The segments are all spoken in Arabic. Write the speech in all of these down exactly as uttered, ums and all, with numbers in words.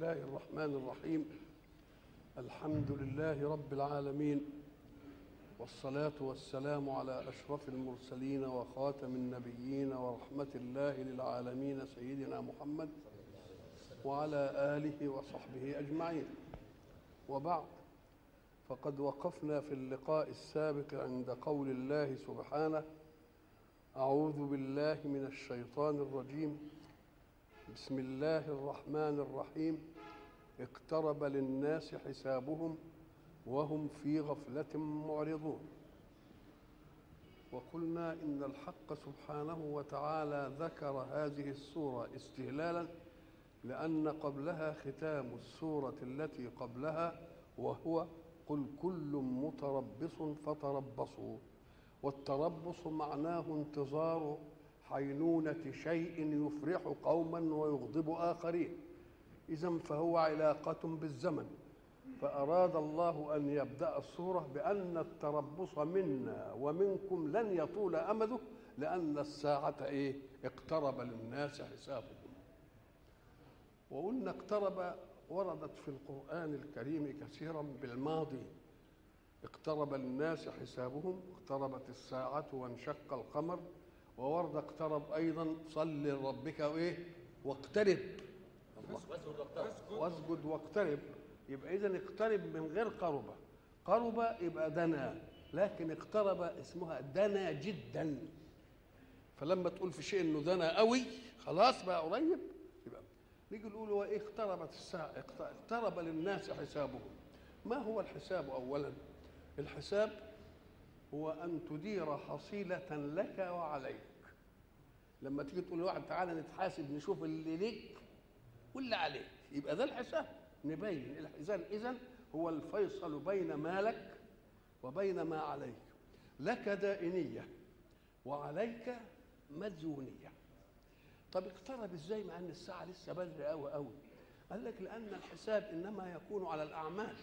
الله الرحمن الرحيم. الحمد لله رب العالمين، والصلاة والسلام على أشرف المرسلين وخاتم النبيين ورحمة الله للعالمين سيدنا محمد وعلى آله وصحبه أجمعين. وبعد، فقد وقفنا في اللقاء السابق عند قول الله سبحانه: أعوذ بالله من الشيطان الرجيم، بسم الله الرحمن الرحيم. اقترب للناس حسابهم وهم في غفلة معرضون. وقلنا إن الحق سبحانه وتعالى ذكر هذه السورة استهلالا لأن قبلها ختام السورة التي قبلها، وهو: قل كل متربص فتربصوا. والتربص معناه انتظار حينونة شيء يفرح قوما ويغضب آخرين، إذن فهو علاقة بالزمن. فأراد الله أن يبدأ السورة بأن التربص منا ومنكم لن يطول أمده، لأن الساعة إيه؟ اقترب للناس حسابهم. وقلنا اقترب وردت في القرآن الكريم كثيرا بالماضي: اقترب للناس حسابهم، اقتربت الساعة وانشق القمر. وورد اقترب أيضا: صل لربك وإيه؟ واقترب، واسجد واقترب. يبقى إذن اقترب من غير قربة. قربة يبقى دنا، لكن اقترب اسمها دنا جدا. فلما تقول في شيء انه دنا قوي خلاص بقى قريب، يبقى نيجي نقول هو ايه؟ اقتربت الساعة، اقترب للناس حسابهم. ما هو الحساب؟ اولا الحساب هو ان تدير حصيلة لك وعليك. لما تيجي تقول لواحد تعالى نتحاسب نشوف اللي ليك واللي عليك، يبقى ده الحساب. نبين الحساب إذن هو الفيصل بين مالك وبين ما عليك. لك دائنية وعليك مديونية. طب اقترب ازاي مع ان الساعة لسه بدري قوي قوي؟ قال لك لأن الحساب إنما يكون على الأعمال،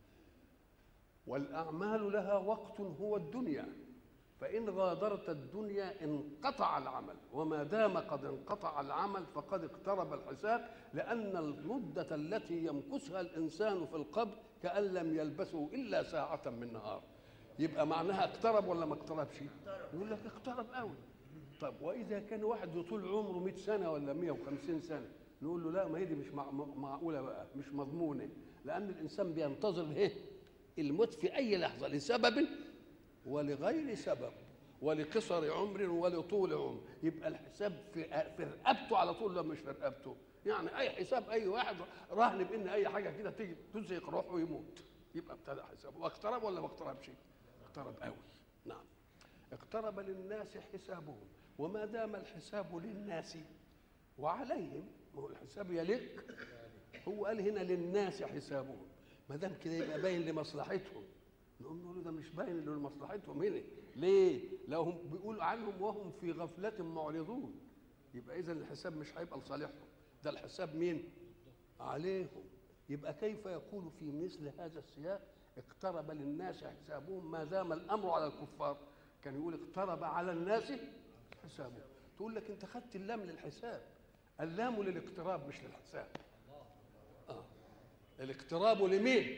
والأعمال لها وقت هو الدنيا. فإن غادرت الدنيا انقطع العمل، وما دام قد انقطع العمل فقد اقترب الحساب، لأن المدة التي يمكثها الإنسان في القبر كأن لم يلبثه إلا ساعة من نهار. يبقى معناها اقترب ولا ما اقتربش؟ يقول لك اقترب قوي. طب وإذا كان واحد يطول عمره مئة سنة ولا مئة وخمسين سنة، نقول له لا، ما هي دي مش معقولة بقى، مش مضمونة، لأن الإنسان بينتظر ايه؟ الموت في أي لحظة، لسبب ولغير سبب، ولقصر عمر ولطول عمر. يبقى الحساب في في رقبته على طول ولا مش في رقبته؟ يعني اي حساب، اي واحد راهن بان اي حاجه كده تيجي تزيق روحه ويموت، يبقى ابتدى حسابه. واقترب ولا ما اقتربش؟ اقترب قوي. نعم، اقترب للناس حسابهم. وما دام الحساب للناس وعليهم، ما هو الحساب يليق، هو قال هنا للناس حسابهم، ما دام كده يبقى باين لمصلحتهم. نقوم نقول ده مش باين لمصلحتهم هنا. ليه؟ لو هم بيقولوا عنهم وهم في غفلة معرضون، يبقى إذن الحساب مش هيبقى لصالحهم، ده الحساب مين؟ عليهم. يبقى كيف يقول في مثل هذا السياق اقترب للناس حسابهم ما دام الأمر على الكفار؟ كان يقول اقترب على الناس حسابهم. تقول لك أنت خدت اللام للحساب، اللام للاقتراب مش للحساب. آه. الاقتراب لمين؟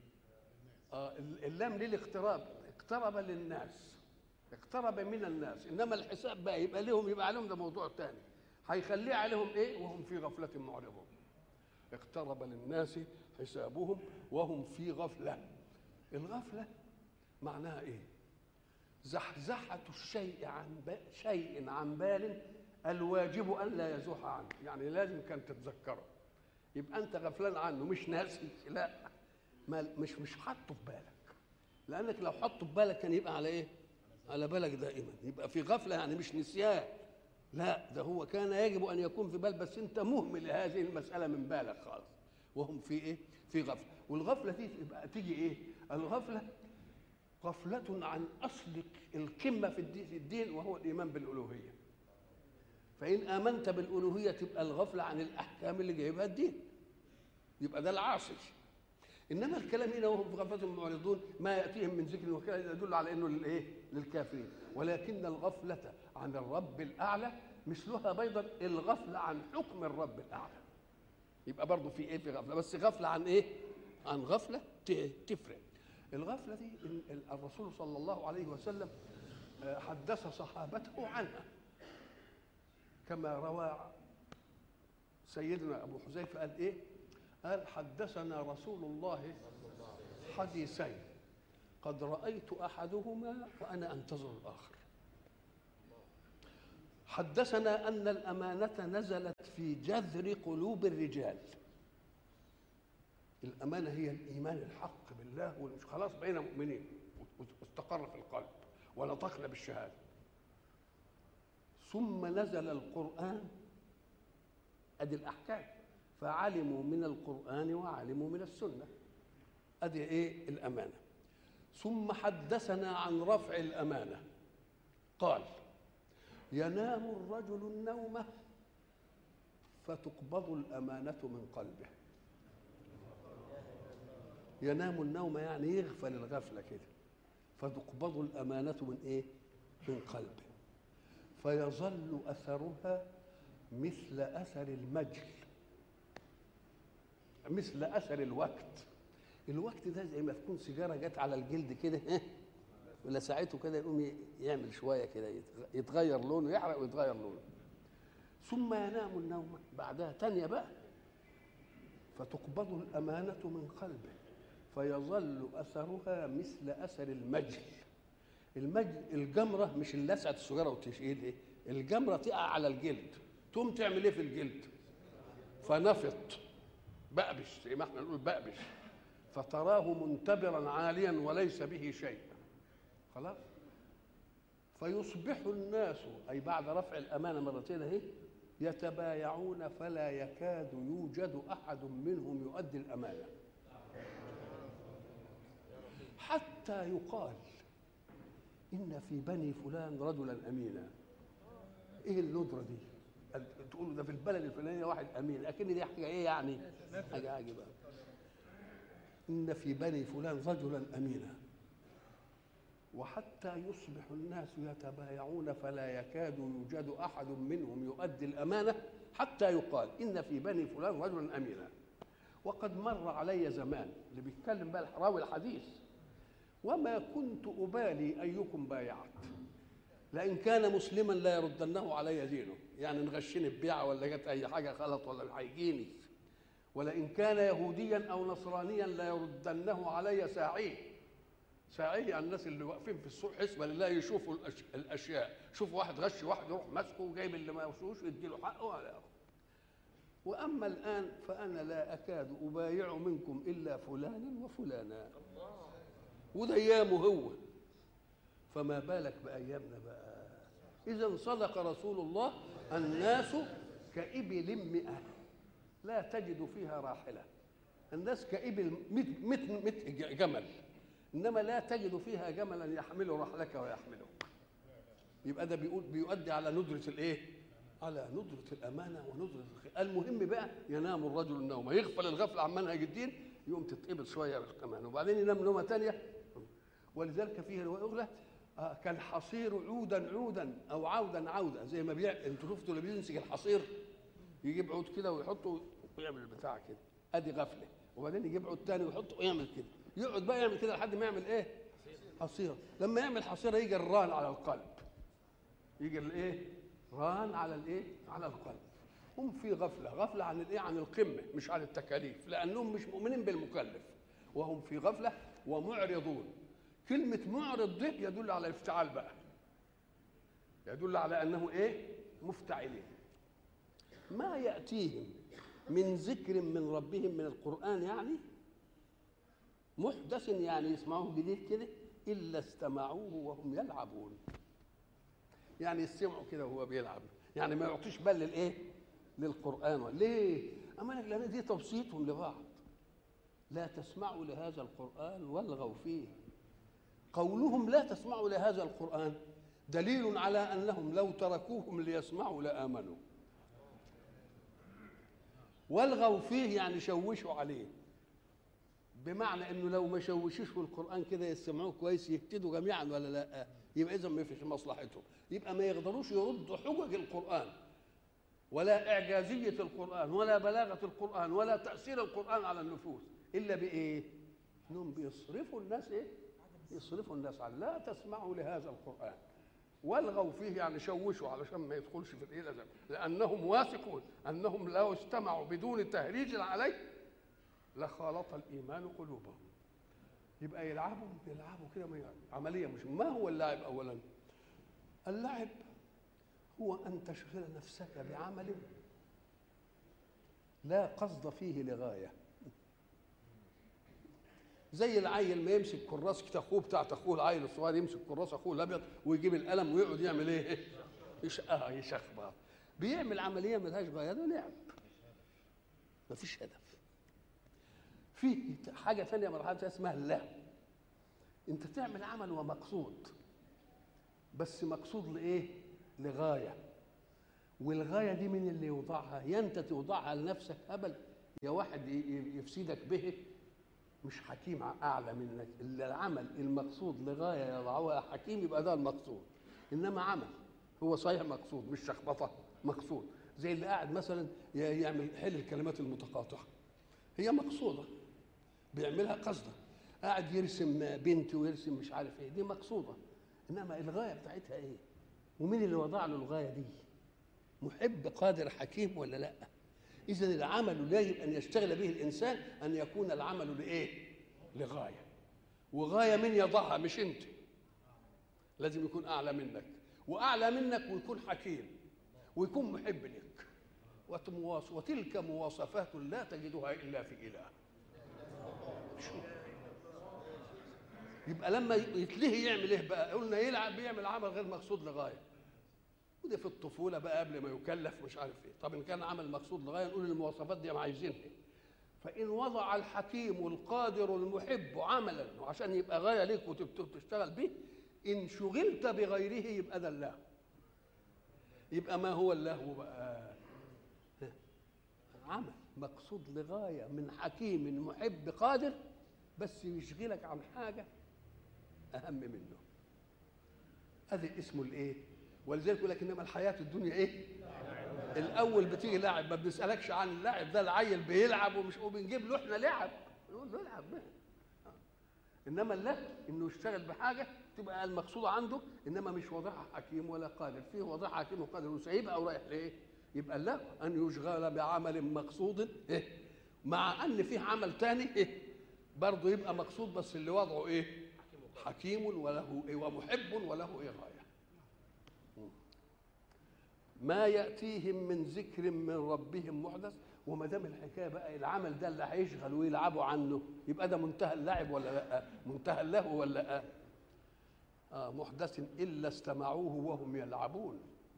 آه اللام للاقتراب، اقترب للناس، اقترب من الناس. انما الحساب بقى يبقى لهم، يبقى عليهم، ده موضوع ثاني هيخليه عليهم ايه؟ وهم في غفلة معرضون. اقترب للناس حسابهم وهم في غفلة. الغفلة معناها ايه؟ زحزحة الشيء عن شيء عن بال الواجب ان لا يزوح عنه، يعني لازم كان تتذكره. يبقى انت غفلان عنه، مش ناسي، لا، ما مش مش حاطه في بالك، لانك لو حطه في بالك كان يبقى على ايه؟ على بالك دائما. يبقى في غفله، يعني مش نسيان، لا، ده هو كان يجب ان يكون في بال، بس انت مهمل هذه المساله من بالك خالص. وهم في ايه؟ في غفله. والغفله دي يبقى تيجي ايه؟ الغفله غفله عن اصل القمه في الدين، وهو الايمان بالالوهيه. فان امنت بالالوهيه تبقى الغفله عن الاحكام اللي جايبها الدين، يبقى ده العاصي. انما الكلام هنا وهم في غفله معرضون، ما ياتيهم من ذكر وكذا يدل على انه للايه؟ للكافرين. ولكن الغفله عن الرب الاعلى مثلها بيضا الغفله عن حكم الرب الاعلى. يبقى برضه في ايه؟ في غفله، بس غفله عن ايه؟ عن غفله تفرق. الغفله دي الرسول صلى الله عليه وسلم حدث صحابته عنها، كما روى سيدنا ابو حذيفه قال ايه؟ قال حدثنا رسول الله حديثين قد رايت احدهما وانا انتظر الاخر. حدثنا ان الامانه نزلت في جذر قلوب الرجال. الامانه هي الايمان الحق بالله، ومش خلاص بقينا مؤمنين واستقر في القلب ونطقنا بالشهاده. ثم نزل القران، ادي الاحكام، فعلموا من القران وعلموا من السنه، ادي ايه؟ الامانه. ثم حدثنا عن رفع الامانه، قال ينام الرجل النوم فتقبض الامانه من قلبه. ينام النوم يعني يغفل الغفله كده، فتقبض الامانه من ايه؟ من قلبه، فيظل اثرها مثل اثر المجل، مثل اثر الوقت. الوقت ده زي ما تكون سيجاره جت على الجلد كده، ولا ساعته كده يقوم يعمل شويه كده يتغير لونه، يحرق ويتغير لونه. ثم ينام النوم بعدها تانية بقى، فتقبض الامانه من قلبه، فيظل اثرها مثل اثر المجل. المجل الجمره، مش اللي لسعت السجاره وتشيل ايه، الجمره تقع على الجلد، تقوم تعمل ايه في الجلد؟ فنفط، بقبش، زي ما احنا نقول بقبش، فتراه منتبرا عاليا وليس به شيء. خلاص؟ فيصبح الناس، اي بعد رفع الامانه مرتين اهي، يتبايعون فلا يكاد يوجد احد منهم يؤدي الامانه، حتى يقال إن في بني فلان رجلا أمينا. إيه الندرة دي؟ تقولوا ده في البلد الفلانية واحد أمين، أكن دي حاجة إيه يعني؟ حاجة عجيبة. إن في بني فلان رجلا أمينا، وحتى يصبح الناس يتبايعون فلا يكاد يوجد أحد منهم يؤدي الأمانة، حتى يقال إن في بني فلان رجلا أمينا. وقد مر علي زمان، اللي بيتكلم بقى راوي الحديث، وما كنت أبالي أيكم بايعت، لأن كان مسلما لا يردنه علي دينه، يعني نغشني ببيعة ولا جت أي حاجة غلط ولا هيجيني، ولئن كان يهوديا أو نصرانيا لا يردنه علي ساعيه. ساعيه عن الناس اللي واقفين في السوق حسبة لله يشوفوا الأشياء، شوفوا واحد غش واحد يروح ماسكه وجايب اللي ما يوصلوش يديله حقه ولا ياخذ. وأما الآن فأنا لا أكاد أبايع منكم إلا فلانا وفلانا، وده ايامه هو، فما بالك بايامنا بقى. اذا صدق رسول الله، الناس كإبل مئة لا تجد فيها راحله. الناس كإبل مئة مئة جمل، انما لا تجد فيها جملا يحمل رحلك ويحملك. يبقى ده بيقول بيؤدي على ندره الايه؟ على ندره الامانه وندره الخير. المهم بقى ينام الرجل النوم، يغفل الغفله عن منهج الدين، يقوم تتقبل شويه بالكمان، وبعدين ينام نومه ثانيه. ولذلك فيه روايه اخرى آه كالحصير عودا عودا او عودا عودا، زي ما بيع انتوا شفتوا اللي بيمسك الحصير يجيب عود كده ويحطه ويعمل البتاع كده، ادي غفله. وبعدين يجيب عود ثاني ويحطه ويعمل كده، يقعد بقى يعمل كده لحد ما يعمل ايه؟ حصير. لما يعمل حصيره يجي الران على القلب، يجي الايه؟ ران على الايه؟ على القلب. هم في غفله، غفله عن الايه؟ عن القمه، مش عن التكاليف، لانهم مش مؤمنين بالمكلف، وهم في غفله ومعرضون. كلمة معرض دي يدل على الافتعال بقى، يدل على أنه إيه؟ مفتعلين. ما يأتيهم من ذكر من ربهم من القرآن، يعني محدث، يعني يسمعوه جديد كده، إلا استمعوه وهم يلعبون. يعني يسمعوا كده وهو بيلعب، يعني ما يعطيش بال للإيه؟ للقرآن. ليه؟ أما لأن دي توصيتهم لبعض، لا تسمعوا لهذا القرآن والغوا فيه. قولهم لا تسمعوا لهذا القرآن دليل على أنهم لو تركوهم ليسمعوا لآمنوا. والغوا فيه يعني شوشوا عليه، بمعنى أنه لو ما شوشوش في القرآن كده يسمعوه كويس يهتدوا جميعا ولا لا؟ يبقى إذا ما فيش مصلحتهم، يبقى ما يقدروش يردوا حجج القرآن ولا إعجازية القرآن ولا بلاغة القرآن ولا تأثير القرآن على النفوس إلا بإيه؟ إنهم بيصرفوا الناس إيه؟ يصرفوا الناس على لا تسمعوا لهذا القرآن والغوا فيه، يعني شوشوا علشان ما يدخلش في الإيه، لأنهم واثقون أنهم لو استمعوا بدون تهريج عليه لخالط الإيمان قلوبهم. يبقى يلعبوا يلعبوا كده عملية. مش ما هو اللعب أولا؟ اللعب هو أن تشغل نفسك بعمل لا قصد فيه لغاية، زي العيل ما يمسك كراس اخوه بتاعت اخوه، العيل الصغير يمسك كراس اخوه الابيض ويجيب القلم ويقعد يعمل ايه؟ يش... اه يشخبط، بيعمل عمليه ملهاش غايه، ده لعب مفيش هدف. في حاجه ثانيه مرحله اسمها اللهو، انت تعمل عمل ومقصود، بس مقصود لايه؟ لغايه، والغايه دي من اللي يوضعها؟ يا انت توضعها لنفسك هبل، يا واحد يفسدك به مش حكيم اعلى منك. الا العمل المقصود لغايه يضعها حكيم يبقى ده المقصود. انما عمل هو صحيح مقصود مش شخبطه، مقصود. زي اللي قاعد مثلا يعمل حل الكلمات المتقاطعه، هي مقصوده بيعملها قصدا، قاعد يرسم بنت ويرسم مش عارف ايه، دي مقصوده. انما الغايه بتاعتها ايه؟ ومين اللي وضع له الغايه دي؟ محب قادر حكيم ولا لا؟ إذن العمل يجب أن يشتغل به الإنسان أن يكون العمل لإيه؟ لغاية. وغاية من يضعها؟ مش أنت، لازم يكون أعلى منك، وأعلى منك ويكون حكيم ويكون محب لك. وتلك مواصفات لا تجدها إلا في إله. يبقى لما يتلهي يعمل إيه بقى؟ قلنا يلعب بيعمل عمل غير مقصود لغاية، وده في الطفوله بقى قبل ما يكلف مش عارف ايه. طب ان كان عمل مقصود لغايه نقول المواصفات دي ما عايزينها. فان وضع الحكيم القادر المحب عملا وعشان يبقى غايه ليك وتشتغل به، ان شغلت بغيره يبقى ده اللهو. يبقى ما هو اللهو بقى؟ عمل مقصود لغايه من حكيم محب قادر، بس يشغلك عن حاجه اهم منه. هذا اسمه الايه؟ ولذلك يقول لك انما الحياه الدنيا ايه؟ الاول بتيجي لاعب، ما بنسالكش عن اللاعب ده، العيل بيلعب ومش وبنجيب له احنا لعب نقول له العب بقى. انما اللهو انه يشتغل بحاجه تبقى المقصوده عنده، انما مش واضحها حكيم ولا قادر، فيه واضحها حكيم وقادر وسايبها ورايح لايه؟ يبقى اللهو ان يشغل بعمل مقصود ايه؟ مع ان فيه عمل ثاني ايه؟ برضه يبقى مقصود، بس اللي وضعه ايه؟ حكيم وله ايه؟ ومحب وله ايه غايه. ما يأتيهم من ذكر من ربهم محدث. وما دام الحكايه بقى العمل ده اللي هيشغل ويلعبوا عنه، يبقى ده منتهى اللعب ولا لا؟ منتهى اللهو ولا لا؟ آه محدث الا استمعوه وهم يلعبون.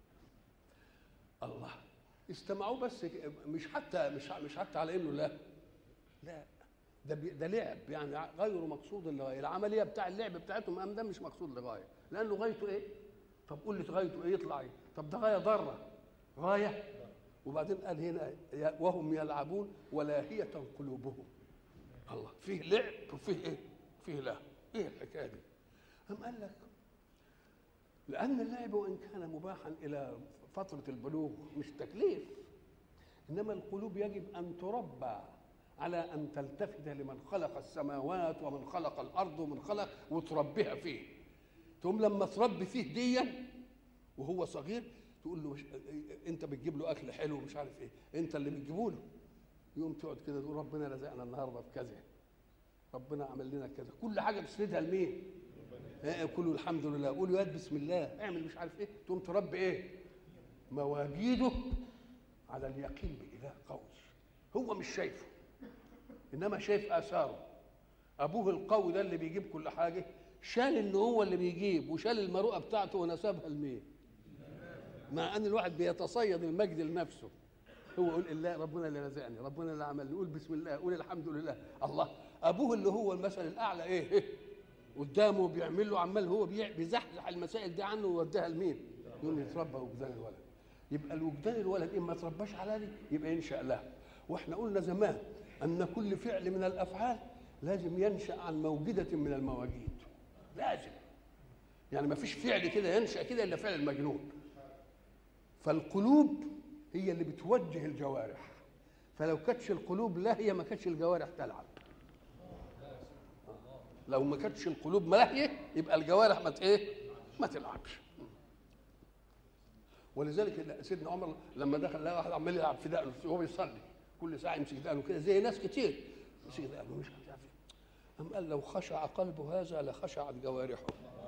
الله، استمعوه بس مش حتى مش مش حتى على انه لا لا ده ده لعب، يعني غير مقصود للغايه. العمليه بتاع اللعب بتاعتهم ام ده مش مقصود لغايه، لانه غايته ايه؟ طب قول لي غايته ايه؟ يطلع ايه؟ طب ده غايه ضاره، غايه. وبعدين قال هنا وهم يلعبون ولاهيه قلوبهم. الله، فيه لعب وفيه ايه؟ فيه لا. ايه الحكايه دي؟ هم قال لك لان اللعب وان كان مباحا الى فتره البلوغ مش تكليف، انما القلوب يجب ان تربى على ان تلتفت لمن خلق السماوات ومن خلق الارض ومن خلق، وتربيها فيه. تقوم لما تربي فيه ديا وهو صغير تقول له مش... انت بتجيب له اكل حلو مش عارف ايه، انت اللي بتجيبه له، يقوم تقعد كده تقول ربنا رزقنا النهارده بكذا، ربنا عمل لنا كذا، كل حاجه بتسندها لمين؟ كله الحمد لله، قول يا واد بسم الله، اعمل مش عارف ايه، تقوم تربي ايه؟ مواجيده على اليقين باله قوي، هو مش شايفه انما شايف اثاره. ابوه القوي ده اللي بيجيب كل حاجه شال ان هو اللي بيجيب وشال المروءه بتاعته ونسبها لمين؟ مع ان الواحد بيتصيد المجد لنفسه، هو يقول الله ربنا اللي رزقني، ربنا اللي عمل، يقول بسم الله، يقول الحمد لله. الله، ابوه اللي هو المثل الاعلى ايه, إيه؟ قدامه بيعمل له، عمال هو بيزحزح المسائل دي عنه ويوديها لمين؟ يقول يتربى وجدان الولد. يبقى الوجدان الولد ان ما ترباش على دي يبقى ينشا له. واحنا قلنا زمان ان كل فعل من الافعال لازم ينشا عن موجده من المواجيد، لازم. يعني ما فيش فعل كده ينشا كده الا فعل المجنون. فالقلوب هي اللي بتوجه الجوارح، فلو كانتش القلوب لاهيه ما كانتش الجوارح تلعب. لو ما كانتش القلوب ملاهيه يبقى الجوارح ما ايه ما تلعبش. ولذلك سيدنا عمر لما دخل لقى واحد عمال يلعب في دقنه وهو بيصلي، كل ساعه يمسك دقنه كده زي ناس كتير يمسك دقنه مش عارف ايه. قام قال لو خشع قلب هذا لخشعت جوارحه.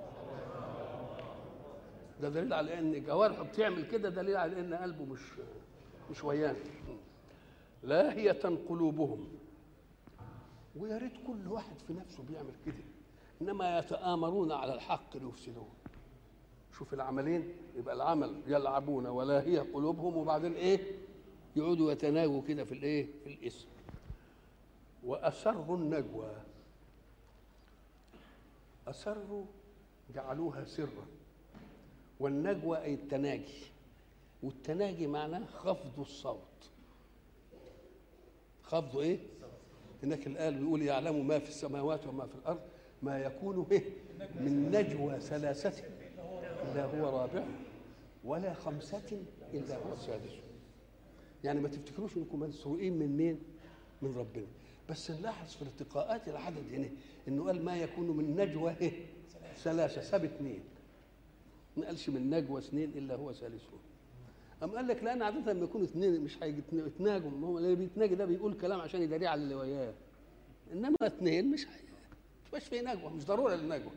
ده دليل على ان جوارحه بتعمل كده، دليل على ان قلبه مش مش ويانا. لاهية قلوبهم. ويا ريت كل واحد في نفسه بيعمل كده، انما يتآمرون على الحق ليفسدوه. شوف العملين، يبقى العمل يلعبون ولاهية قلوبهم، وبعدين ايه يقعدوا يتناجوا كده في الايه في الاسم. وأسروا النجوى، أسروا جعلوها سرا، والنجوى أي التناجي، والتناجي معناه خفض الصوت. خفض ايه؟ هناك الآن بيقول يعلم ما في السماوات وما في الأرض ما يكون به من نجوى ثلاثة إلا هو رابعه ولا خمسة إلا هو سادسه. يعني ما تفتكروش انكم مسروقين من مين؟ من ربنا. بس نلاحظ في ارتقاءات العدد هنا انه قال ما يكون من نجوى ايه؟ ثلاثة، ساب اثنين. ما قالش من نجوى اثنين الا هو ثالثهم. أم قال لك لان عاده لما يكونوا اثنين مش هيتناجوا، هو اللي بيتناجي ده بيقول كلام عشان يداري على اللي وياه. انما اثنين مش مش في نجوى، مش ضروره للنجوى.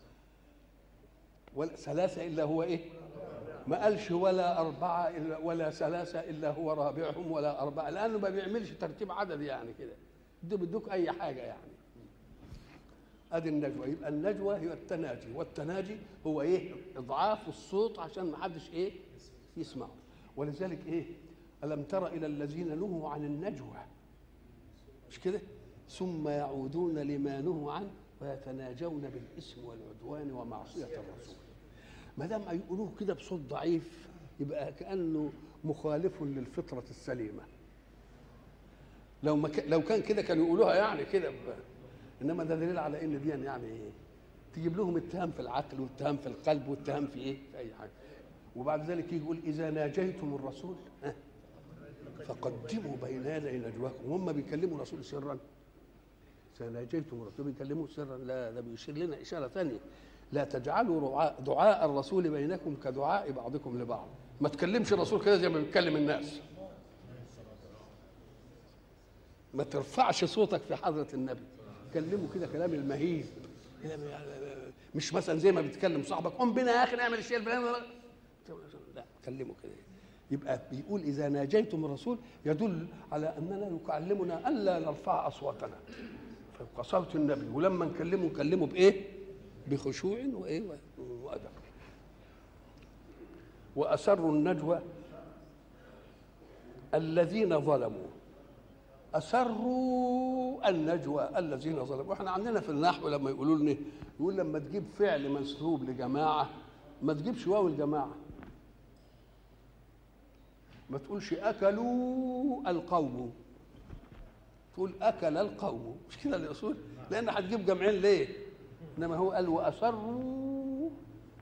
ولا ثلاثه الا هو ايه؟ ما قالش ولا أربعة إلا ولا ثلاثة إلا هو رابعهم ولا أربعة، لأنه ما بيعملش ترتيب عدد يعني كده، ده بدوك أي حاجة يعني. أدي النجوى. يبقى النجوى هي التناجي، والتناجي هو إيه؟ إضعاف الصوت عشان ما حدش إيه؟ يسمعه. ولذلك إيه؟ ألم تر إلى الذين نهوا عن النجوى، مش كده؟ ثم يعودون لما نهوا عنه ويتناجون بالإثم والعدوان ومعصية الرسول. ما دام يقولوه كده بصوت ضعيف يبقى كأنه مخالف للفطرة السليمة. لو ما ك... لو كان كده كانوا يقولوها يعني كده ب... انما ده دليل على ان دي يعني ايه؟ تجيب لهم اتهام في العقل واتهام في القلب واتهام في ايه؟ في اي حاجه. وبعد ذلك يقول اذا ناجيتم الرسول فقدموا بين يدي نجواكم. وهم بيكلموا الرسول سرا. اذا ناجيتم الرسول بيكلموه سرا، لا ده بيشير لنا اشاره ثانيه، لا تجعلوا دعاء الرسول بينكم كدعاء بعضكم لبعض. ما تكلمش الرسول كده زي ما بيتكلم الناس. ما ترفعش صوتك في حضرة النبي، كلمه كده كلام المهيب، مش مثلا زي ما بيتكلم صاحبك قم بنا يا اخي نعمل الشيء الفلاني، لا كلمه كده. يبقى بيقول اذا ناجيتم الرسول يدل على اننا يعلمنا الا نرفع اصواتنا فوق صوت النبي، ولما نكلمه نكلمه بايه؟ بخشوع وايه وادب. واسروا النجوى الذين ظلموا. اسروا النجوى الذين ظلموا. واحنا عندنا في النحو لما يقولوا لنا، يقول لما تجيب فعل منسوب لجماعه ما تجيبش واو الجماعه، ما تقولش اكلوا القوم، تقول اكل القوم، مش كده الاصول؟ لان هتجيب جمعين ليه؟ انما هو قال واسروا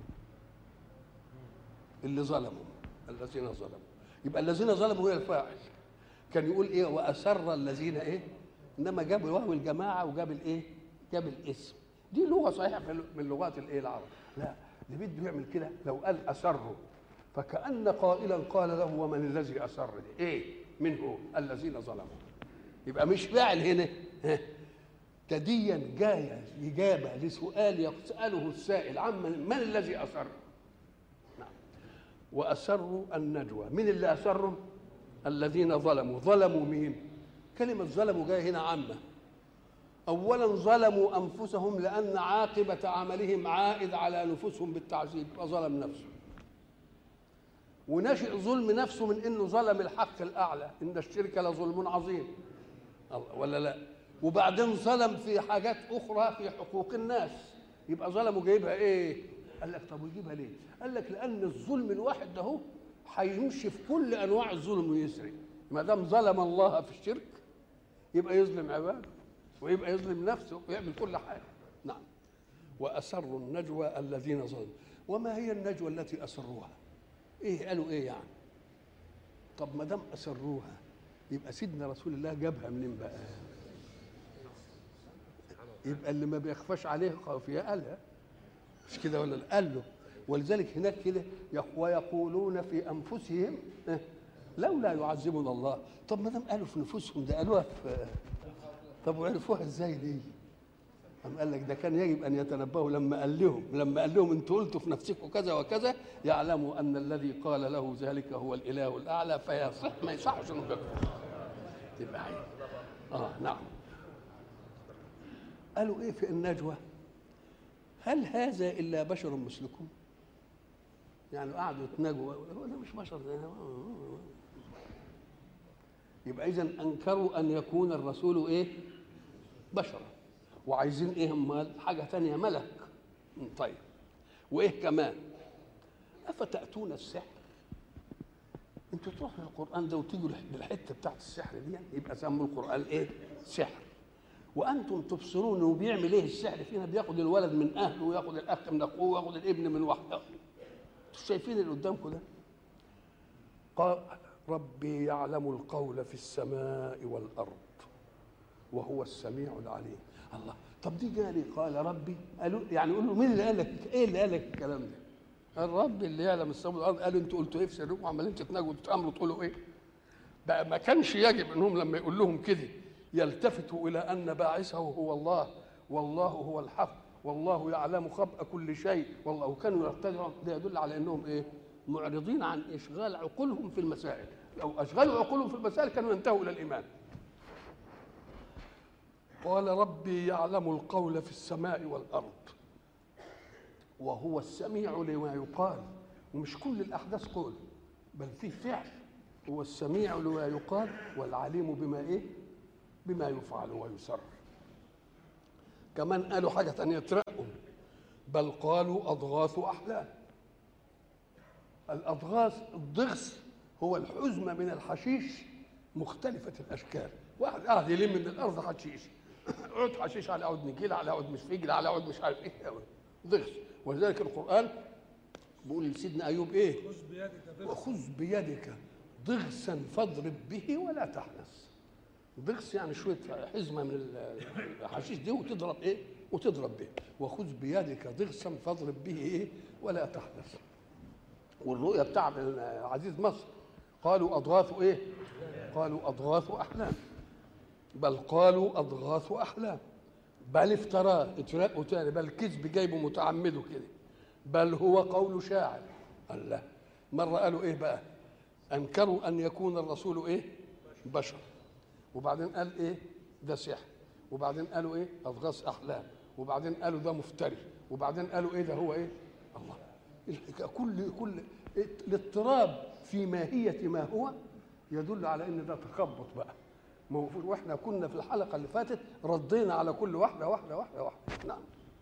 اللي ظلموا الذين ظلموا. يبقى الذين ظلموا هي الفاعل. كان يقول ايه؟ واسر الذين ايه؟ انما جاب واو الجماعه وجاب الايه؟ جاب الاسم. دي لغه صحيحه من لغات الايه العرب. لا ده بده يعمل كده. لو قال اسروا فكأن قائلا قال له ومن الذي اسر دي؟ ايه؟ من هو؟ الذين ظلموا. يبقى مش فاعل هنا، تديا جايه اجابه لسؤال يساله السائل عمن من الذي اسر. نعم. واسروا النجوى. من اللي اسرهم؟ الذين ظلموا. ظلموا مين؟ كلمه ظلموا جايه هنا عامه. اولا ظلموا انفسهم لان عاقبه عملهم عائد على نفوسهم بالتعذيب فظلم نفسه. ونشئ ظلم نفسه من انه ظلم الحق الاعلى، ان الشرك لظلم عظيم، ولا لا؟ وبعدين ظلم في حاجات اخرى في حقوق الناس، يبقى ظلمه جايبها ايه؟ قال لك طب ويجيبها ليه؟ قال لك لان الظلم الواحد ده هو هيمشي في كل انواع الظلم ويسري. ما دام ظلم الله في الشرك يبقى يظلم عباده ويبقى يظلم نفسه ويعمل كل حاجه. نعم. واسروا النجوى الذين ظلموا. وما هي النجوى التي اسروها؟ ايه قالوا ايه يعني؟ طب ما دام اسروها يبقى سيدنا رسول الله جابها منين بقى؟ يبقى اللي ما بيخفاش عليه خافيه قالها، مش كده ولا قال له؟ ولذلك هناك كده ويقولون في انفسهم لولا يعذبنا الله. طب ما دام قالوا في نفوسهم ده قالوها في، طب وعرفوها ازاي دي؟ قام قال لك ده كان يجب ان يتنبهوا لما قال لهم لما قال لهم انتوا قلتوا في نفسكم كذا وكذا، يعلموا ان الذي قال له ذلك هو الاله الاعلى، فيصح ما يصحش انه يكفر. يبقى عين. اه نعم. قالوا ايه في النجوى؟ هل هذا الا بشر مثلكم؟ يعني قعدوا يتناجوا، هو ده مش بشر زينا. يبقى اذا انكروا ان يكون الرسول ايه؟ بشرا. وعايزين ايه هم؟ حاجه ثانيه، ملك. طيب وايه كمان؟ افتاتون السحر؟ انتوا تروحوا للقران ده وتيجوا للحته بتاعت السحر دي، يبقى سموا القران ايه؟ سحر. وانتم تبصرون وبيعمل ايه السحر فينا؟ بياخد الولد من اهله وياخد الاخ من اخوه وياخد الابن من وحده. انتوا شايفين اللي قدامكم ده؟ قال ربي يعلم القول في السماء والارض وهو السميع العليم. الله، طب دي جالي قال ربي، قالوا يعني قول له مين اللي قال لك؟ ايه اللي قال لك الكلام ده؟ الرب اللي يعلم السماء والارض. قالوا انتوا قلتوا ايه في سركم؟ عمالين تتناجوا وتتامروا تقولوا ايه؟ بقى ما كانش يجب انهم لما يقول لهم كده يلتفتوا الى ان باعثه هو الله، والله هو الحق، والله يعلم خبأ كل شيء، والله. وكانوا يرتدعوا، ده يدل على انهم ايه؟ معرضين عن اشغال عقولهم في المسائل. لو اشغلوا عقولهم في المسائل كانوا ينتهوا الى الايمان. قال ربي يعلم القول في السماء والارض وهو السميع لما يقال. ومش كل الاحداث قول، بل فيه فعل. هو السميع لما يقال والعليم بما ايه؟ بما يفعل ويسر. كمان قالوا حاجه ثانيه ترقوا، بل قالوا اضغاث احلام. الاضغاث، الضغث هو الحزمه من الحشيش مختلفه الاشكال. واحد قاعد يلم من الارض حشيش، عود حشيش على عود نجيل على عود مش فجل على عود مش عارف ايه، ضغث. ولذلك القران بيقول لسيدنا ايوب ايه؟ وخذ بيدك ضغثا فاضرب به ولا تحنث. ضغث يعني شويه حزمه من الحشيش دي وتضرب ايه؟ وتضرب به. وخذ بيدك ضغثا فاضرب به ايه؟ ولا تحنث. والرؤيا بتاع عزيز مصر قالوا اضغاث ايه؟ قالوا اضغاث احلام. بل قالوا اضغاث احلام بل افتراه، اترقوا تاني، بل كذب جايبه متعمده كده، بل هو قول شاعر. الله. مره قالوا ايه بقى؟ انكروا ان يكون الرسول ايه؟ بشر. وبعدين قال ايه؟ ده سحر. وبعدين قالوا ايه؟ اضغاث احلام. وبعدين قالوا ده مفتري. وبعدين قالوا ايه؟ ده هو ايه؟ الله. كل كل الاضطراب في ماهيه ما هو يدل على ان ده تخبط بقى. واحنا كنا في الحلقه اللي فاتت ردينا على كل واحده واحده واحده واحده. نعم.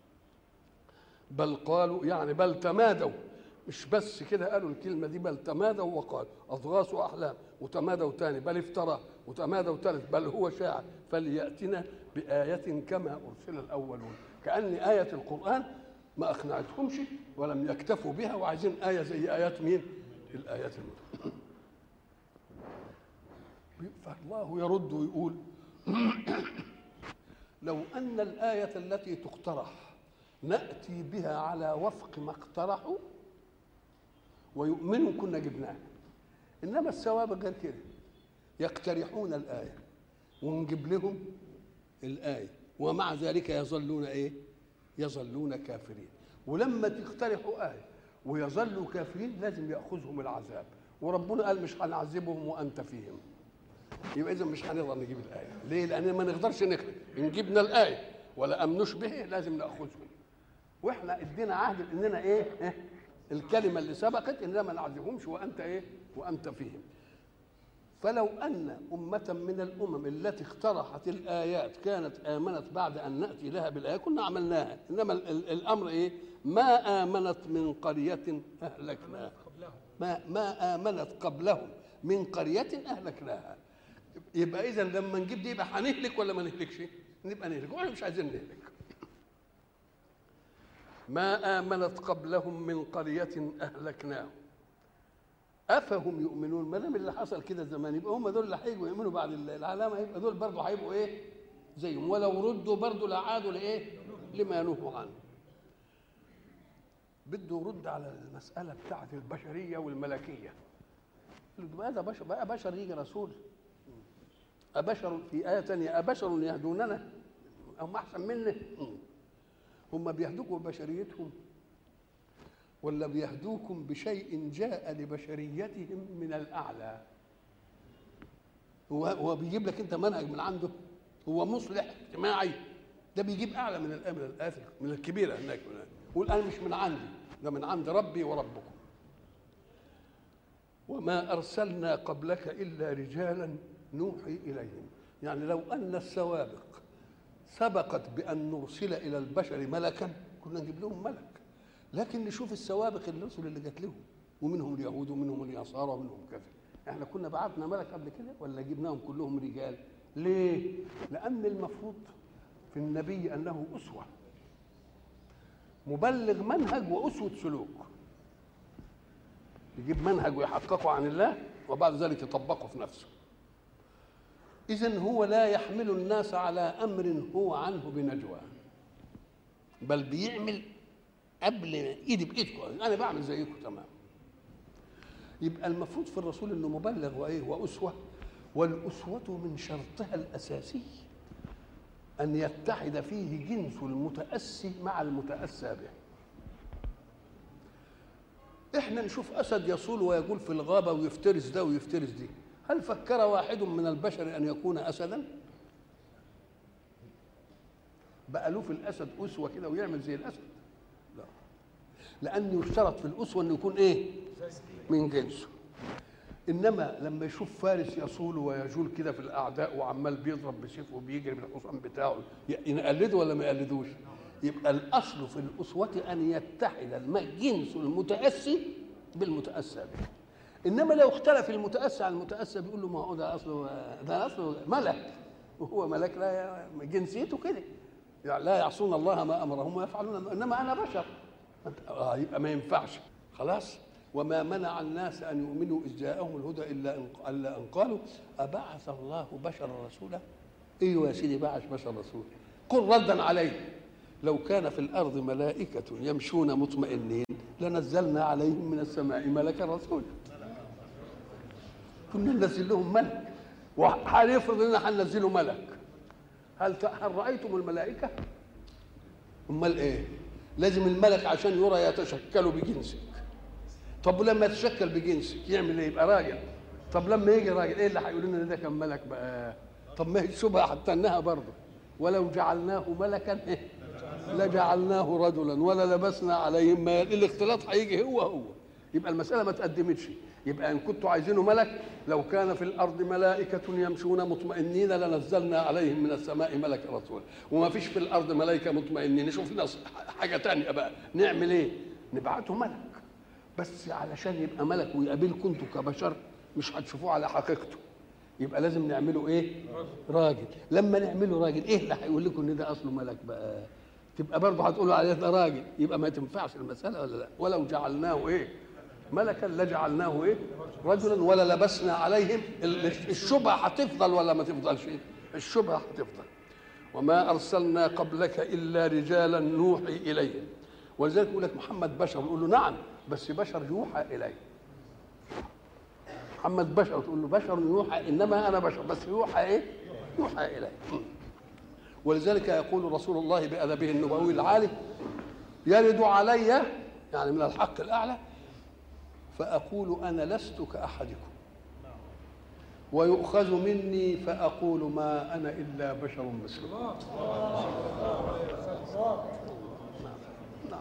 بل قالوا يعني بل تمادوا، مش بس كده قالوا الكلمه دي، بل تمادوا وقالوا اضغاث احلام، وتمادوا تاني بل افترى، وتمادوا ثالث بل هو شاعر، فلياتنا بايه كما ارسل الاولون. كان ايه القران ما اقنعتهمش ولم يكتفوا بها، وعايزين ايه زي ايات مين؟ الايات المتقنة. فالله يرد ويقول لو ان الايه التي تقترح ناتي بها على وفق ما اقترحوا ويؤمنوا كنا جبناها. انما الثواب غير كده، يقترحون الايه ونجيب لهم الايه ومع ذلك يظلون ايه؟ يظلون كافرين. ولما تقترحوا ايه ويظلوا كافرين لازم ياخذهم العذاب، وربنا قال مش هنعذبهم وانت فيهم. يبقى اذا مش هنقدر نجيب الايه. ليه؟ لان ما نقدرش نخلق. ان جبنا الايه ولا امنوش به لازم ناخذهم. واحنا ادينا عهد اننا ايه؟ إيه؟ الكلمه اللي سبقت اننا ما نعذبهمش وانت ايه؟ وانت فيهم. فلو ان امه من الامم التي اقترحت الايات كانت امنت بعد ان ناتي لها بالايه كنا عملناها. انما الامر ايه؟ ما امنت من قريه اهلكناها. ما ما امنت قبلهم من قريه اهلكناها. يبقى اذا لما نجيب دي يبقى هنهلك ولا ما نهلكش؟ نبقى نهلك، واحنا مش عايزين نهلك. ما آمنت قبلهم من قرية أهلكناهم افهم يؤمنون، ما دام اللي حصل كده زمان يبقى هم دول اللي هيجوا يؤمنوا بعد العلامه، يبقى دول برضه هيبقوا ايه زيهم، ولو ردوا برضه لعادوا لايه لما نهوا عنه. بده يرد على المساله بتاعه البشريه والملكيه. بقى ده بشر، بقى بشر يجي رسول؟ أبشر في آية ثانية أبشر يهدوننا هم أحسن منه؟ هم بيهدوكم ببشريتهم ولا بيهدوكم بشيء جاء لبشريتهم من الأعلى؟ هو هو بيجيب لك أنت منهج من عنده؟ هو مصلح اجتماعي؟ ده بيجيب أعلى من الأمر الآثر من الكبيرة هناك، يقول أنا مش من عندي، ده من عند ربي وربكم. وما أرسلنا قبلك إلا رجالا نوحي إليهم. يعني لو أن السوابق سبقت بأن نرسل إلى البشر ملكا كنا نجيب لهم ملك، لكن نشوف السوابق الرسل اللي جات لهم، ومنهم اليهود ومنهم النصارى ومنهم كذا. احنا كنا بعتنا ملك قبل كده ولا جبناهم كلهم رجال؟ ليه؟ لأن المفروض في النبي أنه أسوة، مبلغ منهج وأسوة سلوك، يجيب منهج ويحققه عن الله وبعد ذلك يطبقه في نفسه. إذن هو لا يحمل الناس على أمر هو عنه بنجوى، بل بيعمل قبل إيدي بإيدكم، أنا بعمل زيكم تمام. يبقى المفروض في الرسول إنه مبلغ وإيه وأسوة، والأسوة من شرطها الأساسي أن يتحد فيه جنس المتأسي مع المتأسى به. إحنا نشوف أسد يصول ويقول في الغابة ويفترس ده ويفترس دي، هل فكر واحد من البشر أن يكون أسدا؟ بقى له في الأسد أسوة كده ويعمل زي الأسد؟ لا، لأنه يشترط في الأسوة أنه يكون إيه؟ من جنسه. إنما لما يشوف فارس يصول ويجول كده في الأعداء وعمال بيضرب بسيفه وبيجري بالحصان بتاعه، يقلده ولا ما يقلدوش؟ يبقى الأصل في الأسوة أن يتحد الجنس المتأسي بالمتأسى به. انما لو اختلف المتاسى عن المتاسى بيقول له ما هو ده اصله ده اصله ملك، وهو ملك لا جنسيته كده، يعني لا يعصون الله ما امرهم ويفعلون، انما انا بشر. آه يبقى ما ينفعش خلاص. وما منع الناس ان يؤمنوا اذ جاءهم الهدى الا ان الا ان قالوا ابعث الله بشرا رسولا. ايوه يا سيدي بعث بشر رسول. قل ردا عليه لو كان في الارض ملائكه يمشون مطمئنين لنزلنا عليهم من السماء ملكا رسولا. كنا ننزل لهم ملك، وهنفرض اننا هننزله ملك. هل هل رايتم الملائكه؟ امال ايه؟ لازم الملك عشان يرى يتشكل بجنسك. طب ولما يتشكل بجنسك يعمل ايه؟ يبقى راجل. طب لما يجي راجل ايه اللي هيقول لنا ده كان ملك بقى؟ طب ما هي الشبهه حتى انها برضه ولو جعلناه ملكا إيه؟ لجعلناه رجلا ولا لبسنا عليهم ما. الاختلاط هيجي هو هو. يبقى المساله ما تقدمتش. يبقى ان كنتوا عايزينه ملك لو كان في الارض ملائكه يمشون مطمئنين لنزلنا عليهم من السماء ملك رسول. وما فيش في الارض ملائكه مطمئنين، نشوف لنا حاجه ثانيه بقى نعمل ايه؟ نبعته ملك بس علشان يبقى ملك ويقابلكم انتوا كبشر مش هتشوفوه على حقيقته. يبقى لازم نعمله ايه؟ راجل. لما نعمله راجل ايه اللي هيقول لكم ان ده اصله ملك بقى؟ تبقى برضه هتقولوا عليه ده راجل. يبقى ما تنفعش المساله ولا لا؟ ولو جعلناه ايه؟ ملكا لجعلناه ايه؟ رجلا ولا لبسنا عليهم. الشبهه هتفضل ولا ما تفضلش؟ الشبهه هتفضل. وما ارسلنا قبلك الا رجالا نوحي اليهم. ولذلك يقول لك محمد بشر، نقول له نعم بس بشر يوحى اليه. محمد بشر تقول له بشر يوحى، انما انا بشر بس يوحى ايه؟ يوحى اليه. ولذلك يقول رسول الله بادبه النبوي العالي يرد علي يعني من الحق الاعلى فأقول أنا لست كأحدكم ويؤخذ مني فأقول ما أنا إلا بشر مثلكم. نعم.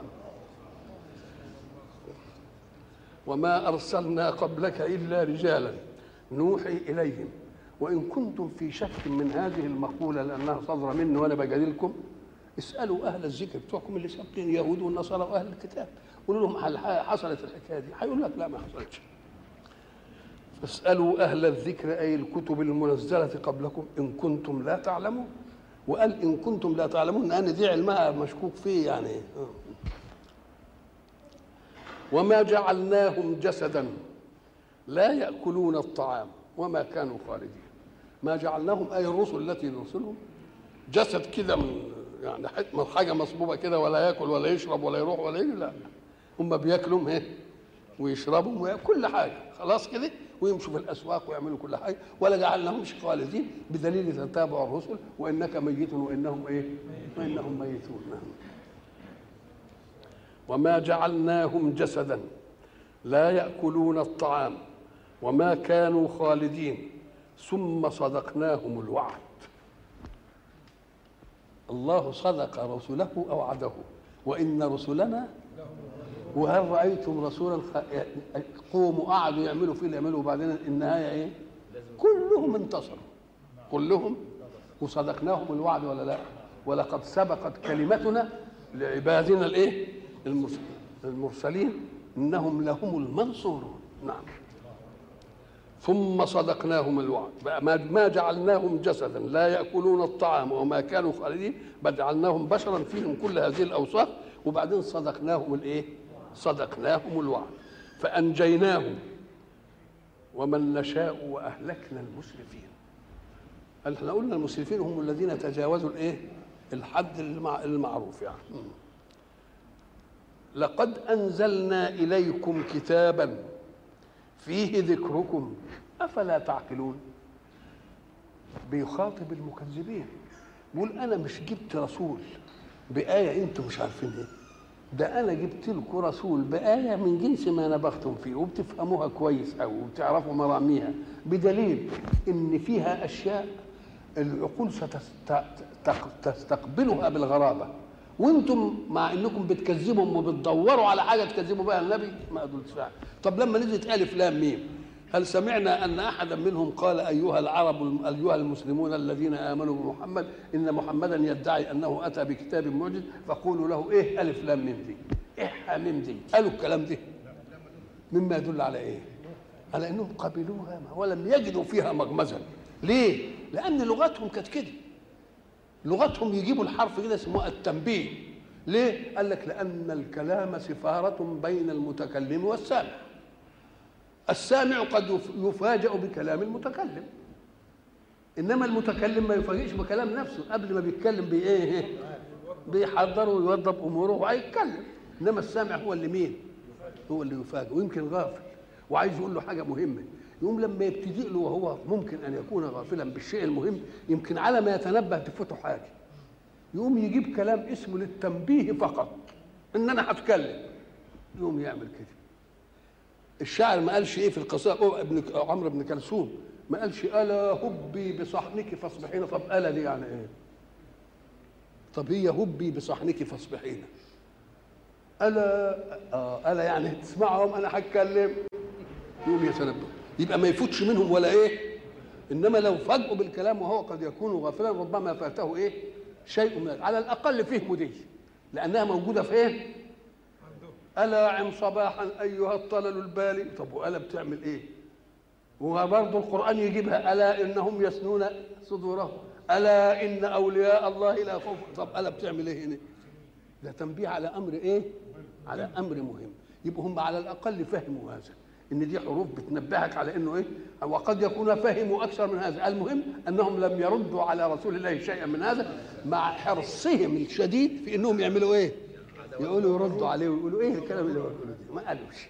وما أرسلنا قبلك إلا رجالا نوحي إليهم وإن كنتم في شك من هذه المقولة لأنها صدر مني وأنا بجادلكم اسألوا أهل الذكر بتوعكم اللي سابقين اليهود والنصارى وأهل الكتاب، قولوا لهم هل حصلت الحكايه دي؟ هيقول لك لا ما حصلتش. فاسالوا اهل الذكر اي الكتب المنزله قبلكم ان كنتم لا تعلمون. وقال ان كنتم لا تعلمون ان دي علمها مشكوك فيه يعني. وما جعلناهم جسدا لا يأكلون الطعام وما كانوا خالدين. ما جعلناهم أي الرسل التي نرسلهم جسد كده من يعني حاجة مصبوبة كده، ولا يأكل ولا يشرب ولا يروح ولا يجي، لا، هم بياكلوا ايه ويشربوا ويأكل كل حاجة خلاص كده، ويمشوا في الأسواق ويعملوا كل حاجة، ولا جعلناهمش خالدين بدليل تتابع الرسل وإنك ميت وإنهم ايه وإنهم ميتون. وما جعلناهم جسدا لا يأكلون الطعام وما كانوا خالدين ثم صدقناهم الوعد. الله صدق رسله أوعده وإن رسلنا، وهل رأيتم رسولا قوموا قعدوا يعملوا فيه اللي يعملوا وبعدين النهاية إيه؟ كلهم انتصروا كلهم، وصدقناهم الوعد ولا لا؟ ولقد سبقت كلمتنا لعبادنا الإيه؟ المرسلين إنهم لهم المنصورون. نعم. ثم صدقناهم الوعد، ما جعلناهم جسدا لا يأكلون الطعام وما كانوا خالدين، بل جعلناهم بشرا فيهم كل هذه الأوصاف، وبعدين صدقناهم الإيه؟ صدقناهم الوعد فأنجيناهم ومن نشاء وأهلكنا المسرفين. احنا قلنا المسرفين هم الذين تجاوزوا الإيه؟ الحد المعروف يعني. لقد أنزلنا إليكم كتابا فيه ذكركم أفلا تعقلون. بيخاطب المكذبين بيقول أنا مش جبت رسول بآية أنتم مش عارفين إيه، ده أنا جبت لكم رسول بآية من جنس ما نبغتم فيه وبتفهموها كويس أو وبتعرفوا مراميها، بدليل إن فيها أشياء العقول ستستقبلها بالغرابة، وانتم مع انكم بتكذبهم وبتدوروا على حاجه تكذبوا بها النبي ما قدرتش فعلا. طب لما نزلت الف لام ميم، هل سمعنا ان احدا منهم قال ايها العرب ايها المسلمون الذين امنوا بمحمد ان محمدا يدعي انه اتى بكتاب معجز فقولوا له ايه الف لام ميم دي؟ ايه حميم دي؟ قالوا الكلام ده مما يدل على ايه؟ على انهم قبلوها ولم يجدوا فيها مغمزا. ليه؟ لان لغتهم كانت كده، لغتهم يجيبوا الحرف كده اسمه التنبيه. ليه؟ قال لك لأن الكلام سفارة بين المتكلم والسامع. السامع قد يفاجأ بكلام المتكلم، إنما المتكلم ما يفاجئش بكلام نفسه، قبل ما بيتكلم بإيه؟ بيحضر ويوضب أموره وهيتكلم، إنما السامع هو اللي مين؟ هو اللي يفاجئ، ويمكن غافل وعايز يقول له حاجة مهمة، يقوم لما يبتدئ له وهو ممكن ان يكون غافلا بالشيء المهم، يمكن على ما يتنبه تفوته حاجه، يقوم يجيب كلام اسمه للتنبيه فقط ان انا هتكلم، يقوم يعمل كده. الشاعر ما قالش ايه في القصيده، ابن عمرو بن كلثوم ما قالش الا هبي بصحنك فاصبحين. طب الا دي يعني ايه؟ طب هي هبي بصحنك فاصبحين، الا آه الا يعني تسمعهم انا هتكلم، يقوم يتنبه، يبقى ما يفوتش منهم ولا ايه. انما لو فاجئوا بالكلام وهو قد يكون غافلا ربما فاته ايه شيء من على الاقل فهموا دي لانها موجوده فين؟ الا عم صباحا ايها الطلل البالي. طب والا بتعمل ايه؟ وبرضه القران يجيبها الا انهم يسنون صدورهم الا ان اولياء الله لا خوف. طب الا بتعمل ايه هنا؟ ده تنبيه على امر ايه؟ على امر مهم. يبقوا هم على الاقل فهموا هذا، ان دي حروف بتنبهك على انه ايه، وقد يكون فهموا اكثر من هذا. المهم انهم لم يردوا على رسول الله شيئا من هذا، مع حرصهم الشديد في انهم يعملوا ايه؟ يقولوا يردوا عليه ويقولوا ايه الكلام اللي هو بيقوله ده؟ ما قالوش.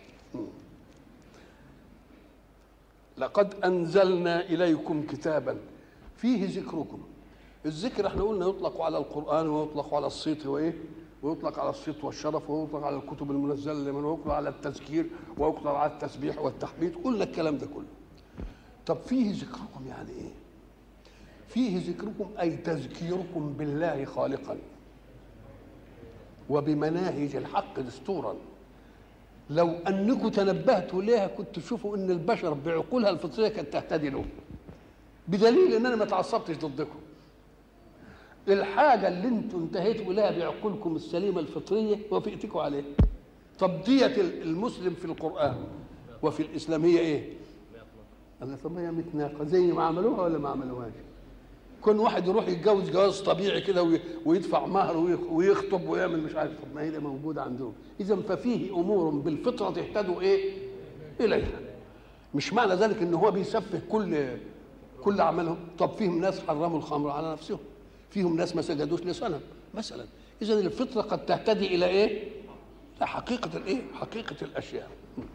لقد انزلنا اليكم كتابا فيه ذكركم. الذكر احنا قلنا يطلق على القران ويطلق على الصيت وايه؟ ويطلق على الصيت والشرف، ويطلق على الكتب المنزله لمن، ويطلق على التذكير، ويطلق على التسبيح والتحميد. قلنا الكلام ده كله. طب فيه ذكركم يعني ايه؟ فيه ذكركم اي تذكيركم بالله خالقا وبمناهج الحق دستورا. لو انكم تنبهتوا ليها كنت تشوفوا ان البشر بعقولها الفطريه كانت تهتدي له، بدليل ان انا ما تعصبتش ضدكم. الحاجة اللي انتوا انتهيتوا إليها بعقولكم السليمة الفطرية وافقتكم عليها. طب دية المسلم في القرآن وفي الإسلام هي إيه؟ أنا طب هي متناقة زي ما عملوها ولا ما عملوهاش؟ كل واحد يروح يتجوز جواز طبيعي كده ويدفع مهر ويخطب ويعمل مش عارف، طب ما هي موجودة عندهم. إذا ففيه أمور بالفطرة تهتدوا إيه؟ إليها. مش معنى ذلك ان هو بيسفه كل كل عملهم. طب فيهم ناس حرموا الخمر على نفسهم، فيهم ناس ما سجدوش لصنم مثلا. اذا الفطره قد تهتدي الى ايه؟ حقيقه الايه؟ حقيقه الاشياء.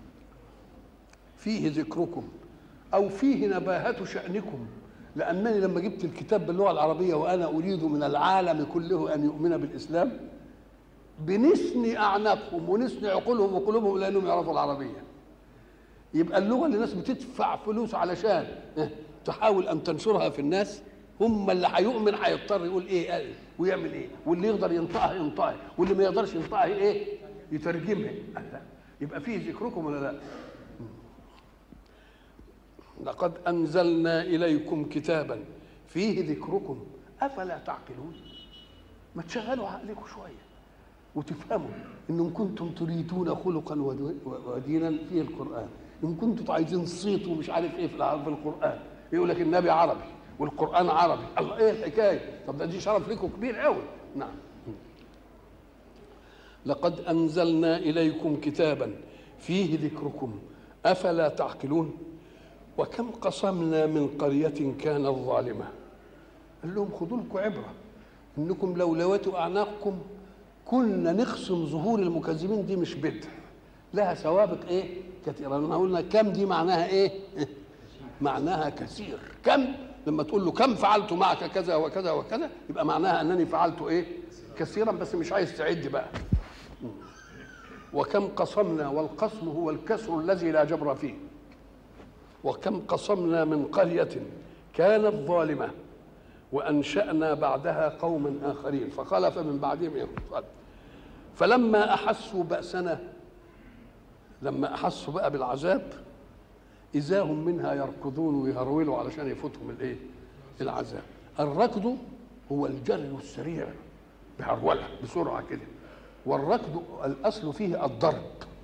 فيه ذكركم او فيه نباهه شانكم، لانني لما جبت الكتاب باللغه العربيه وانا اريد من العالم كله ان يؤمن بالاسلام، بنسني اعناقهم ونسني عقولهم وقلوبهم لانهم يعرفوا العربيه. يبقى اللغه اللي الناس بتدفع فلوس علشان تحاول ان تنشرها في الناس، هم اللي هيؤمن هيضطر يقول ايه, إيه ويعمل ايه، واللي يقدر ينطقها ينطقها، واللي ما يقدرش ينطقها ايه يترجمها. يبقى فيه ذكركم ولا لا؟ لقد انزلنا اليكم كتابا فيه ذكركم افلا تعقلون. ما تشغلوا عقلكم شويه وتفهموا انكم كنتم تريدون خلقا ودينا فيه القران، ان كنتم عايزين صيت ومش عارف ايه في القران، يقول لك النبي عربي والقران عربي، الله ايه الحكايه؟ طب ده دي شرف لكم كبير قوي. نعم. لقد انزلنا اليكم كتابا فيه ذكركم افلا تعقلون. وكم قصمنا من قريه كانت ظالمه. قال لهم خذوا لكم عبره، انكم لو لويتوا اعناقكم كنا نخصم ظهور المكذبين. دي مش بدع، لها سوابق ايه كثيره. لما قلنا كم دي معناها ايه؟ معناها كثير. كم لما تقول له كم فعلت معك كذا وكذا وكذا، يبقى معناها انني فعلت ايه كثيرا، بس مش عايز تعد بقى. وكم قصمنا، والقصم هو الكسر الذي لا جبر فيه. وكم قصمنا من قريه كانت ظالمه وانشانا بعدها قوما اخرين فخلف من بعدهم ايه. فلما احسوا باسنا، لما احسوا بقى بالعذاب، اذا هم منها يركضون ويهرولوا علشان يفوتهم الايه العذاب. الركض هو الجري السريع بهروله بسرعه كده، والركض الاصل فيه الضرب.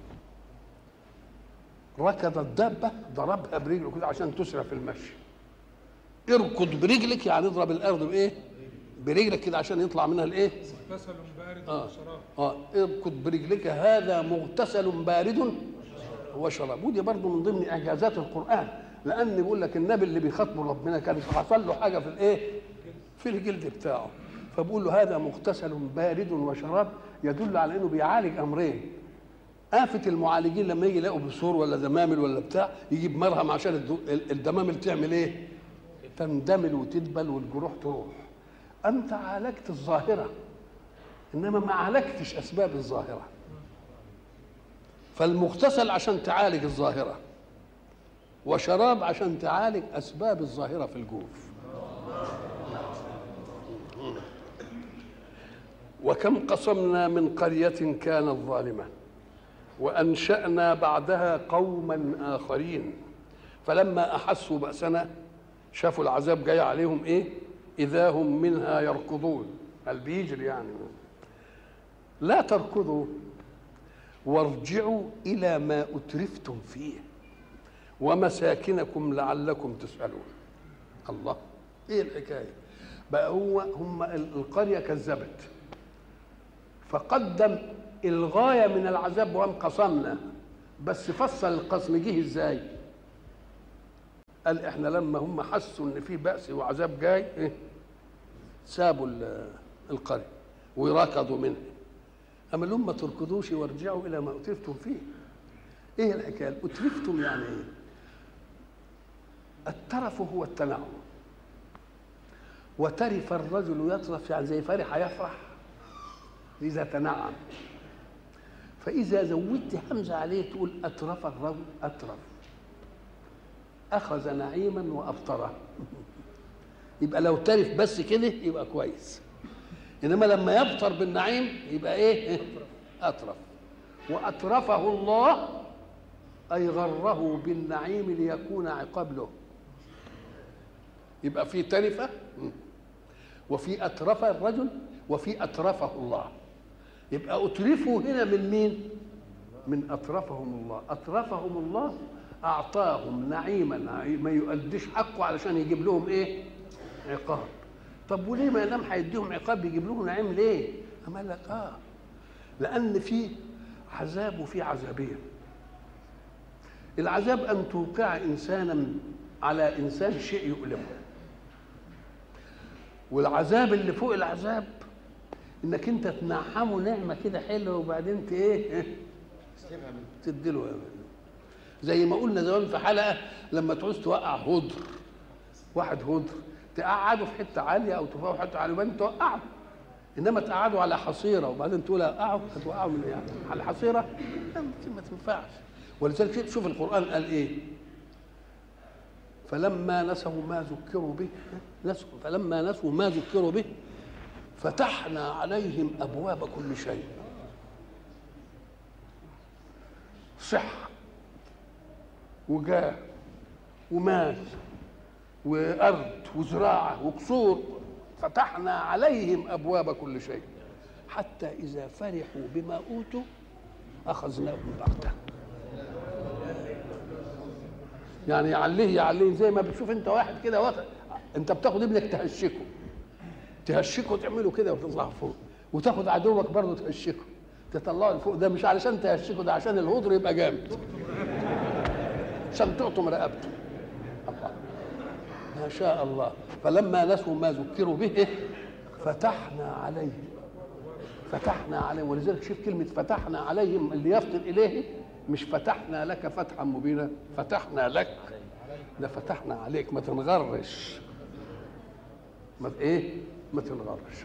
ركض الدابه ضربها برجله كده عشان تسرع في المشي. اركض برجلك يعني اضرب الارض بايه؟ برجلك كده عشان يطلع منها الايه؟ مغتسل بارد آه. وشراب. اه اركض برجلك هذا مغتسل بارد وشراب. ودي برضه من ضمن اعجازات القران، لان بيقول لك النبي اللي بيخاطبه ربنا كان حصل له حاجه في الايه؟ في الجلد بتاعه، فبقول له هذا مغتسل بارد وشراب، يدل على انه بيعالج امرين. آفة المعالجين لما يجي يلاقوا بثور ولا دمامل ولا بتاع، يجيب مرهم عشان الدمامل تعمل ايه؟ تندمل وتدبل والجروح تروح. انت عالجت الظاهره انما ما عالجتش اسباب الظاهره. فالمغتسل عشان تعالج الظاهره، وشراب عشان تعالج اسباب الظاهره في الجوف. وكم قصمنا من قريه كانت ظالمه وانشانا بعدها قوما اخرين فلما احسوا باسنا، شافوا العذاب جاي عليهم ايه؟ اذا هم منها يركضون. قال بيجري يعني. لا تركضوا وارجعوا الى ما اترفتم فيه ومساكنكم لعلكم تسالون. الله، ايه الحكايه بقى؟ هو هم القريه كذبت فقدم الغايه من العذاب وهم قصمنا، بس فصل القسم جه ازاي؟ قال احنا لما هم حسوا ان في بأس وعذاب جاي إيه؟ سابوا القرية وركضوا منها. اما لهم ما تركضوش وارجعوا الى ما اترفتم فيه. ايه الحكايه؟ اترفتم يعني ايه؟ الترف هو التنعم. وترف الرجل يترف يعني زي فرح يفرح اذا تنعم. فاذا زودت همزه عليه تقول اترف الرجل، اترف اخذ نعيما وابطره. يبقى لو ترف بس كده يبقى كويس، انما لما يبطر بالنعيم يبقى ايه؟ اترف. واترفه الله اي غره بالنعيم ليكون عقاب له. يبقى في ترفه وفي اترف الرجل وفي اترفه الله. يبقى اترفوا هنا من مين؟ من اترفهم الله. اترفهم الله اعطاهم نعيما ما يؤديش حقه علشان يجيب لهم ايه؟ عقاب. طب وليه ما دام هيديهم عقاب يجيب لهم نعيم ليه؟ أما قال لك اه لان في عذاب وفي عذابين. العذاب أن توقع إنسانا على إنسان شيء يؤلمه، والعذاب اللي فوق العذاب إنك أنت تنعمه نعمة كده حلوة وبعدين إيه تديله. زي ما قلنا زمان في حلقة لما تعوز توقع هدر، واحد هدر تقعده في حتة عالية أو تفوقه في حتة عالية وبعدين توقعه، إنما تقعده على حصيرة وبعدين تقول أوقعه، هتوقعه من يعني على الحصيرة ما تنفعش. ولذلك شوف القرآن قال إيه؟ فلما نسوا ما ذكروا به نسوا فلما نسوا ما ذكروا به فتحنا عليهم أبواب كل شيء، صحة وجاه ومال وأرض وزراعة وقصور، فتحنا عليهم أبواب كل شيء حتى إذا فرحوا بما أوتوا أخذناهم بغتة. يعني يعليه يعليه زي ما بتشوف انت واحد كده واخد، انت بتاخد ابنك تهشكه تهشكه وتعمله كده وتطلع فوق، وتاخد عدوك برضه تهشكه تطلعه لفوق. ده مش علشان تهشكه، ده عشان الهدر يبقى جامد، عشان تقطم رقبته. الله ما شاء الله. فلما نسوا ما ذكروا به إيه؟ فتحنا عليهم فتحنا عليهم ولذلك شوف كلمة فتحنا عليهم اللي يفطن إليه مش فتحنا لك فتحا مبينا، فتحنا لك، ده فتحنا عليك. ما تنغرش، ما ايه ما تنغرش.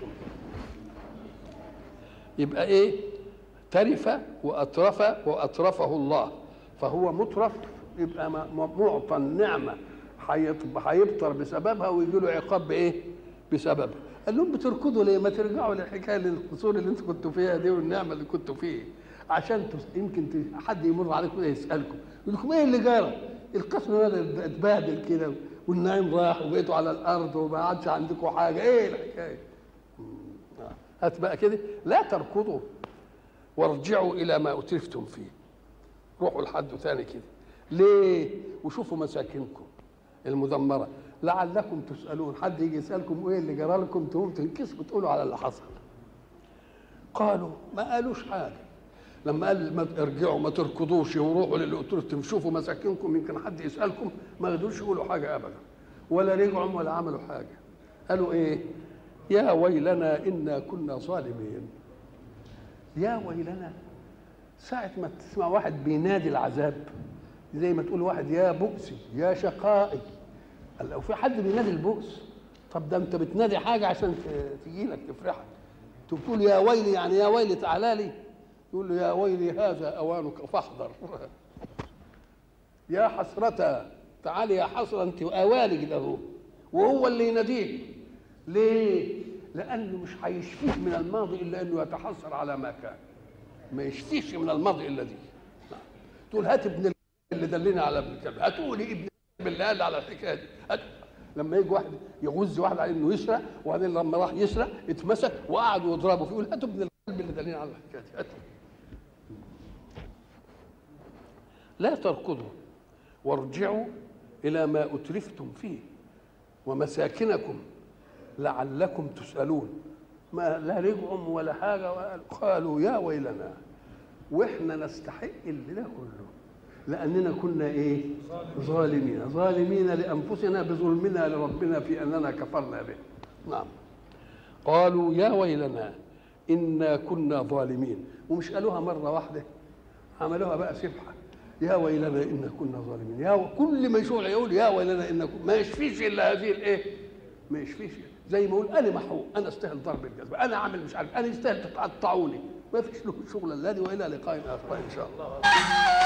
يبقى ايه؟ ترف واترف واترفه الله، فهو مترف يبقى معطى النعمه هيبطر بسببها ويجي له عقاب بايه؟ بسببها. قال لهم بتركضوا ليه؟ ما ترجعوا للحكايه للقصور اللي انتوا كنتوا فيها دي والنعمه اللي كنتوا فيها، عشان يمكن حد يمر عليكم يسالكم يقول لكم ايه اللي جرى؟ القسم ده اتبهدل كده والنعيم راح وبقيتوا على الارض وما عادش عندكم حاجه، ايه الحكايه؟ هات بقى كده، لا تركضوا وارجعوا الى ما اترفتم فيه. روحوا لحد ثاني كده ليه؟ وشوفوا مساكنكم المدمره لعلكم تسالون. حد يجي يسالكم ايه اللي جرى لكم تقوموا تنكسوا تقولوا على اللي حصل. قالوا ما قالوش حاجه لما قال ما ارجعوا ما تركضوش وروحوا للي اترفتم شوفوا مساكنكم يمكن حد يسالكم، ما قدروش يقولوا حاجه ابدا ولا رجعوا ولا عملوا حاجه. قالوا ايه؟ يا ويلنا انا كنا ظالمين. يا ويلنا، ساعه ما تسمع واحد بينادي العذاب زي ما تقول واحد يا بؤسي يا شقائي، لو في حد بينادي البؤس طب ده انت بتنادي حاجه عشان تجي لك تفرحك، تقول يا ويلي يعني يا ويلي تعالى لي، يقول له يا ويلي هذا اوانك فاحضر. يا حسرة تعالي يا حسرة انت اوانك له، وهو اللي يناديه. ليه؟ لانه مش هيشفيه من الماضي الا انه يتحسر على ما كان، ما يشفيش من الماضي الا دي. تقول هات ابن اللي دلنا على ابن الكلب، هاتولي ابن اللي قال على الحكايه دي. لما يجي واحد يغز واحد على انه يسرق وبعدين لما راح يسرق اتمسك وقعدوا يضربوا فيه، يقول هاتوا ابن الكلب اللي دلنا على الحكايه دي، هاتوا. لا تركضوا وارجعوا الى ما اترفتم فيه ومساكنكم لعلكم تسالون. ما لا رجعوا ولا حاجه، قالوا يا ويلنا واحنا نستحق اللي ده كله لاننا كنا ايه؟ ظالمين ظالمين لانفسنا بظلمنا لربنا في اننا كفرنا به. نعم. قالوا يا ويلنا انا كنا ظالمين، ومش قالوها مره واحده، عملوها بقى سبحه. يا ويلنا إنا كنا ظالمين، يا كل ما يشوع يقول يا ويلنا إنا كنا، ما يشفيش إلا هذه الإيه؟ ما يشفيش. زي ما يقول أنا محروق، أنا أستاهل ضرب الجزمة، أنا عامل مش عارف، أنا أستاهل تقطعوني، ما فيش له شغل الذي وإلى لقاء آخر إن شاء الله.